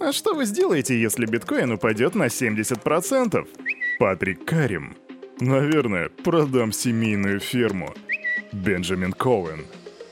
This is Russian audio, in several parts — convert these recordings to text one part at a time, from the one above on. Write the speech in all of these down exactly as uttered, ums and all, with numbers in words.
А что вы сделаете, если биткоин упадет на семьдесят процентов? Патрик Карим. Наверное, продам семейную ферму. Бенджамин Коуэн.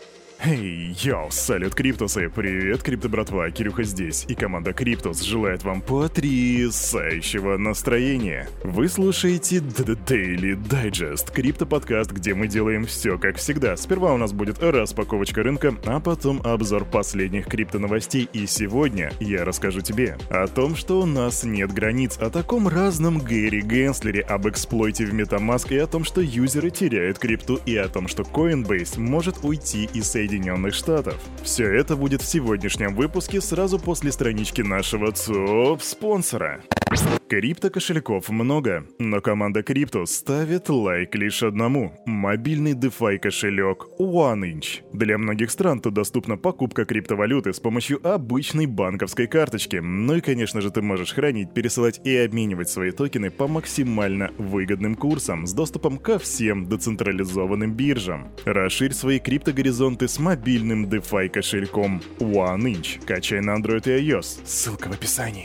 Эй, йоу, салют, Криптусы! Привет, крипто-братва, Кирюха здесь, и команда Криптус желает вам потрясающего настроения. Вы слушаете Daily Digest, крипто-подкаст, где мы делаем все как всегда. Сперва у нас будет распаковочка рынка, а потом обзор последних крипто-новостей. И сегодня я расскажу тебе о том, что у нас нет границ, о таком разном Гэри Генслере, об эксплойте в MetaMask и о том, что юзеры теряют крипту, и о том, что Coinbase может уйти из Соединенных Соединенных Штатов. Все это будет в сегодняшнем выпуске сразу после странички нашего топ-спонсора. Крипто-кошельков много, но команда Криптус ставит лайк лишь одному – мобильный DeFi кошелек OneInch. Для многих стран тут доступна покупка криптовалюты с помощью обычной банковской карточки. Ну и, конечно же, ты можешь хранить, пересылать и обменивать свои токены по максимально выгодным курсам с доступом ко всем децентрализованным биржам. Расширь свои криптогоризонты с мобильным DeFi кошельком OneInch. Качай на Android и iOS. Ссылка в описании.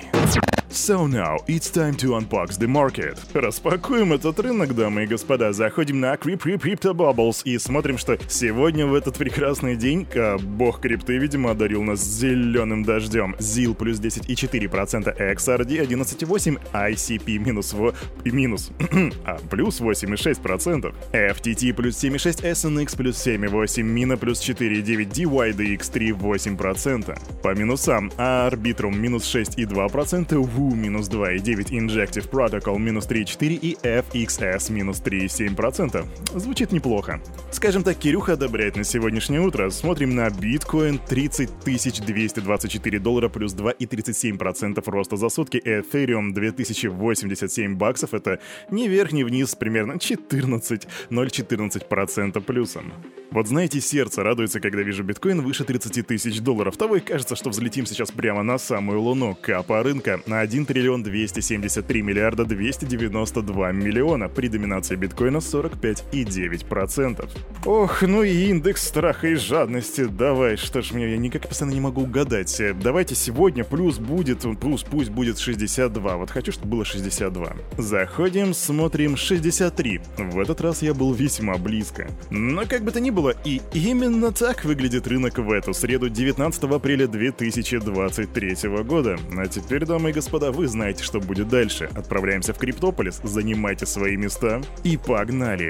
So now, it's time to unbox the market. Распакуем этот рынок, дамы и господа. Заходим на Crypto Bubbles и смотрим, что сегодня в этот прекрасный день а, бог крипты, видимо, одарил нас зеленым дождем. зил плюс десять целых четыре десятых процента, икс ар ди одиннадцать целых восемь десятых процента, ай си пи минус, в... минус а, плюс восемь целых шесть десятых процента, эф ти ти плюс семь целых шесть десятых процента, эс эн икс плюс семь целых восемь десятых процента, Мина плюс четыре целых девять десятых процента, ди уай ди экс три целых восемь десятых процента. По минусам, Arbitrum минус шесть целых два десятых процента, Woo минус два целых девять десятых процента, Injective Protocol минус три целых четыре десятых процента и эф икс эс минус три целых семь десятых процента. Звучит неплохо. Скажем так, Кирюха одобряет на сегодняшнее утро. Смотрим на биткоин: тридцать тысяч двести двадцать четыре доллара плюс два целых тридцать семь сотых процента роста за сутки. Ethereum две тысячи восемьдесят семь баксов, это ни вверх, ни вниз, примерно четырнадцать целых четырнадцать сотых процента плюсом. Вот знаете, сердце радуется, когда вижу биткоин выше тридцать тысяч долларов. Того и кажется, что взлетим сейчас прямо на самую луну. Капа рынка на один триллион двести семьдесят три миллиарда двести девяносто два миллиона. При доминации биткоина сорок пять целых девять десятых процента. Ох, ну и индекс страха и жадности. Давай, что ж мне, я никак постоянно не могу угадать. Давайте сегодня плюс будет, плюс пусть будет шестьдесят два. Вот хочу, чтобы было шестьдесят два. Заходим, смотрим шестьдесят три. В этот раз я был весьма близко. Но как бы то ни было, и именно так выглядит рынок в эту среду, девятнадцатого апреля две тысячи двадцать третьего года. А теперь, дамы и господа, вы знаете, что будет дальше. Отправляемся в Криптополис, занимайте свои места и погнали!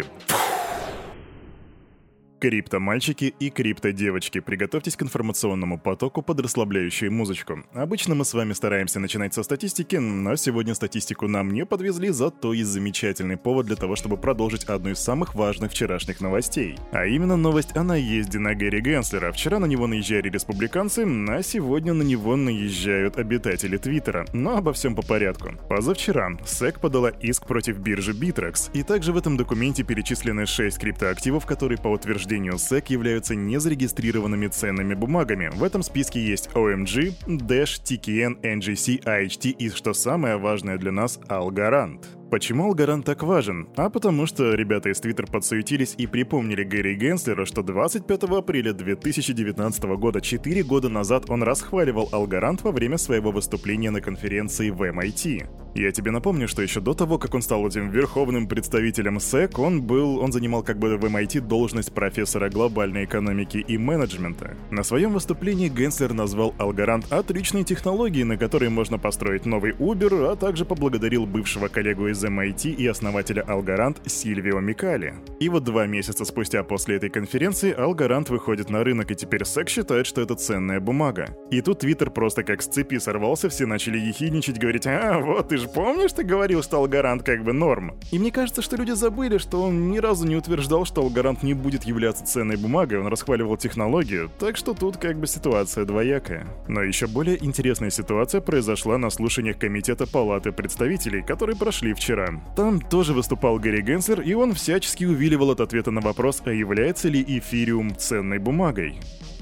Крипто-мальчики и крипто-девочки, приготовьтесь к информационному потоку под расслабляющую музычку. Обычно мы с вами стараемся начинать со статистики, но сегодня статистику нам не подвезли, зато есть замечательный повод для того, чтобы продолжить одну из самых важных вчерашних новостей. А именно новость о наезде на Гэри Генслера. Вчера на него наезжали республиканцы, а сегодня на него наезжают обитатели Твиттера. Но обо всем по порядку. Позавчера сек подала иск против биржи Bittrex, и также в этом документе перечислены шесть криптоактивов, которые по утверждению сек являются незарегистрированными ценными бумагами. В этом списке есть о эм джи, Dash, ти кей эн, эн джи си, эй эйч ти и, что самое важное для нас, Algorand. Почему Algorand так важен? А потому что ребята из Twitter подсуетились и припомнили Гэри Генслера, что двадцать пятого апреля две тысячи девятнадцатого года, четыре года назад, он расхваливал Algorand во время своего выступления на конференции в эм ай ти. Я тебе напомню, что еще до того, как он стал этим верховным представителем сек, он был, он занимал как бы в эм ай ти должность профессора глобальной экономики и менеджмента. На своем выступлении Генслер назвал Algorand отличной технологией, на которой можно построить новый Uber, а также поблагодарил бывшего коллегу из эм ай ти и основателя Algorand Сильвио Микали. И вот два месяца спустя после этой конференции Algorand выходит на рынок, и теперь сек считает, что это ценная бумага. И тут Твиттер просто как с цепи сорвался, все начали ехидничать, говорить: «А, вот ты же помнишь, ты говорил, что Algorand как бы норм?» И мне кажется, что люди забыли, что он ни разу не утверждал, что Algorand не будет являться ценной бумагой, он расхваливал технологию, так что тут как бы ситуация двоякая. Но еще более интересная ситуация произошла на слушаниях Комитета Палаты представителей, которые прошли вчера. Там тоже выступал Гэри Генслер, и он всячески увиливал от ответа на вопрос, а является ли эфириум ценной бумагой.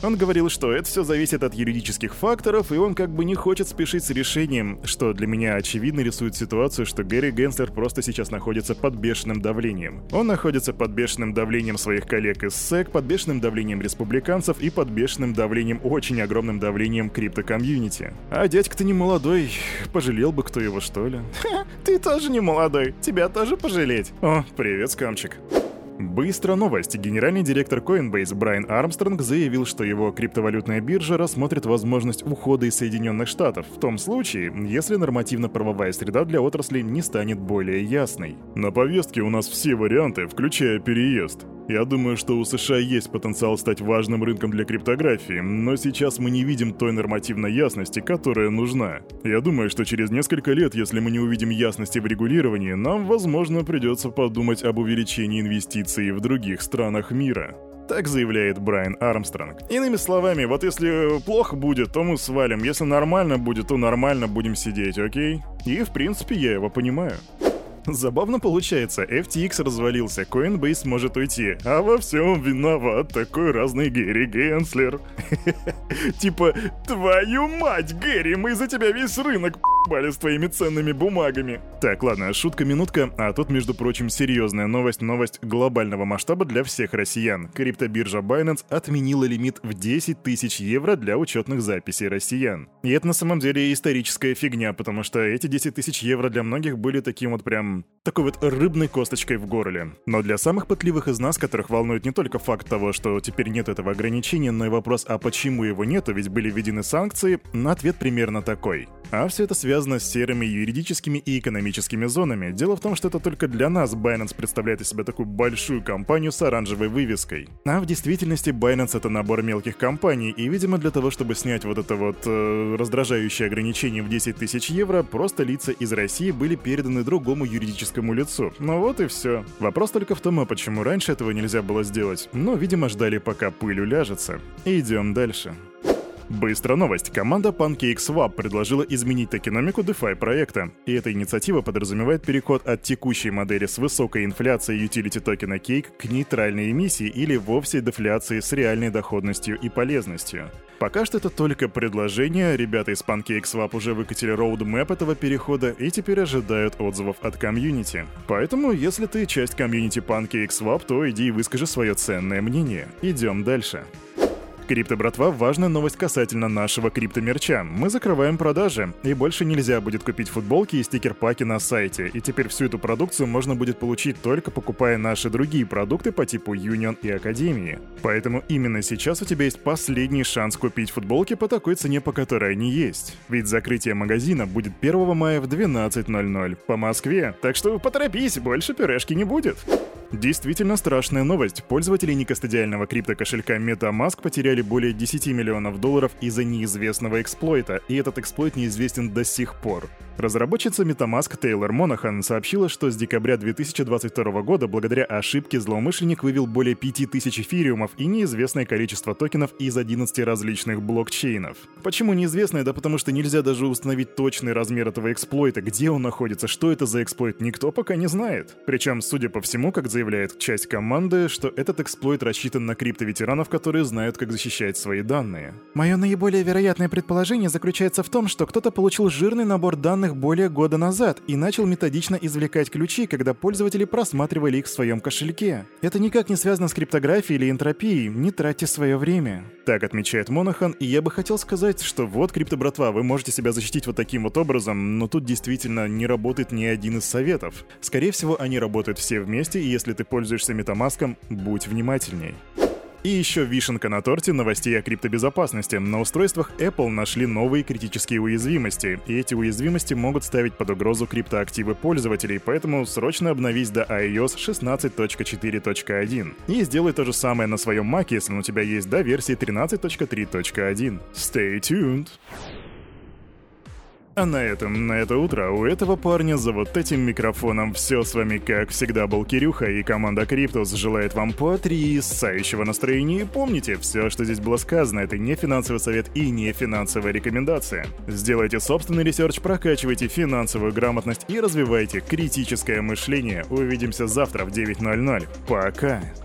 Он говорил, что это все зависит от юридических факторов, и он как бы не хочет спешить с решением, что для меня очевидно рисует ситуацию, что Гэри Генслер просто сейчас находится под бешеным давлением. Он находится под бешеным давлением своих коллег из сэк, под бешеным давлением республиканцев и под бешеным давлением, очень огромным давлением крипто-комьюнити. А дядька-то не молодой, пожалел бы кто его, что ли? Ха, ты тоже не молодой, тебя тоже пожалеть. О, привет, скамчик. Быстро новость. Генеральный директор Coinbase Брайан Армстронг заявил, что его криптовалютная биржа рассмотрит возможность ухода из Соединенных Штатов в том случае, если нормативно-правовая среда для отрасли не станет более ясной. На повестке у нас все варианты, включая переезд. Я думаю, что у США есть потенциал стать важным рынком для криптографии, но сейчас мы не видим той нормативной ясности, которая нужна. Я думаю, что через несколько лет, если мы не увидим ясности в регулировании, нам, возможно, придется подумать об увеличении инвестиций в других странах мира. Так заявляет Брайан Армстронг. Иными словами, вот если плохо будет, то мы свалим, если нормально будет, то нормально будем сидеть, окей? И в принципе я его понимаю. Забавно получается, эф ти экс развалился, Coinbase может уйти, а во всем виноват такой разный Гэри Генслер. Типа, твою мать, Гэри, мы из-за тебя весь рынок п***бали с твоими ценными бумагами. Так, ладно, шутка-минутка, а тут, между прочим, серьезная новость, новость глобального масштаба для всех россиян. Криптобиржа Binance отменила лимит в десять тысяч евро для учетных записей россиян. И это на самом деле историческая фигня, потому что эти десять тысяч евро для многих были таким вот прям такой вот рыбной косточкой в горле. Но для самых пытливых из нас, которых волнует не только факт того, что теперь нет этого ограничения, но и вопрос, а почему его нету, ведь были введены санкции, на ответ примерно такой. А все это связано с серыми юридическими и экономическими зонами. Дело в том, что это только для нас Binance представляет из себя такую большую компанию с оранжевой вывеской. А в действительности Binance — это набор мелких компаний, и, видимо, для того, чтобы снять вот это вот э, раздражающее ограничение в десять тысяч евро, просто лица из России были переданы другому юридическому лицу. Ну вот и все. Вопрос только в том, а почему раньше этого нельзя было сделать? Ну, видимо, ждали, пока пыль уляжется. Идем дальше. Быстро новость. Команда PancakeSwap предложила изменить токеномику DeFi проекта. И эта инициатива подразумевает переход от текущей модели с высокой инфляцией utility токена Cake к нейтральной эмиссии или вовсе дефляции с реальной доходностью и полезностью. Пока что это только предложение, ребята из PancakeSwap уже выкатили роудмэп этого перехода и теперь ожидают отзывов от комьюнити. Поэтому, если ты часть комьюнити PancakeSwap, то иди и выскажи свое ценное мнение. Идем дальше. Крипто-братва, важная новость касательно нашего крипто-мерча. Мы закрываем продажи, и больше нельзя будет купить футболки и стикер-паки на сайте, и теперь всю эту продукцию можно будет получить только покупая наши другие продукты по типу Union и Академии. Поэтому именно сейчас у тебя есть последний шанс купить футболки по такой цене, по которой они есть. Ведь закрытие магазина будет первого мая в двенадцать ноль ноль по Москве, так что поторопись, больше пюрешки не будет. Действительно страшная новость. Пользователи некастодиального крипто-кошелька MetaMask потеряли более десять миллионов долларов из-за неизвестного эксплойта, и этот эксплойт неизвестен до сих пор. Разработчица MetaMask Тейлор Монахан сообщила, что с декабря две тысячи двадцать второго года благодаря ошибке злоумышленник вывел более пяти тысяч эфириумов и неизвестное количество токенов из одиннадцати различных блокчейнов. Почему неизвестное? Да потому что нельзя даже установить точный размер этого эксплойта, где он находится, что это за эксплойт, никто пока не знает. Причем, судя по всему, как заявляет часть команды, что этот эксплойт рассчитан на криптоветеранов, которые знают, как защищать свои данные. Мое наиболее вероятное предположение заключается в том, что кто-то получил жирный набор данных более года назад и начал методично извлекать ключи, когда пользователи просматривали их в своем кошельке. Это никак не связано с криптографией или энтропией, не тратьте свое время. Так отмечает Монахан, и я бы хотел сказать, что вот, крипто-братва, вы можете себя защитить вот таким вот образом, но тут действительно не работает ни один из советов. Скорее всего, они работают все вместе, и если ты пользуешься MetaMask'ом, будь внимательней. И еще вишенка на торте новостей о криптобезопасности. На устройствах Apple нашли новые критические уязвимости, и эти уязвимости могут ставить под угрозу криптоактивы пользователей, поэтому срочно обновись до iOS шестнадцать точка четыре точка один. И сделай то же самое на своем Mac, если он у тебя есть до версии тринадцать точка три точка один. Stay tuned! А на этом, на это утро у этого парня за вот этим микрофоном все. С вами, как всегда, был Кирюха, и команда Криптус желает вам потрясающего настроения. И помните, все, что здесь было сказано, это не финансовый совет и не финансовая рекомендация. Сделайте собственный ресерч, прокачивайте финансовую грамотность и развивайте критическое мышление. Увидимся завтра в девять ноль ноль. Пока!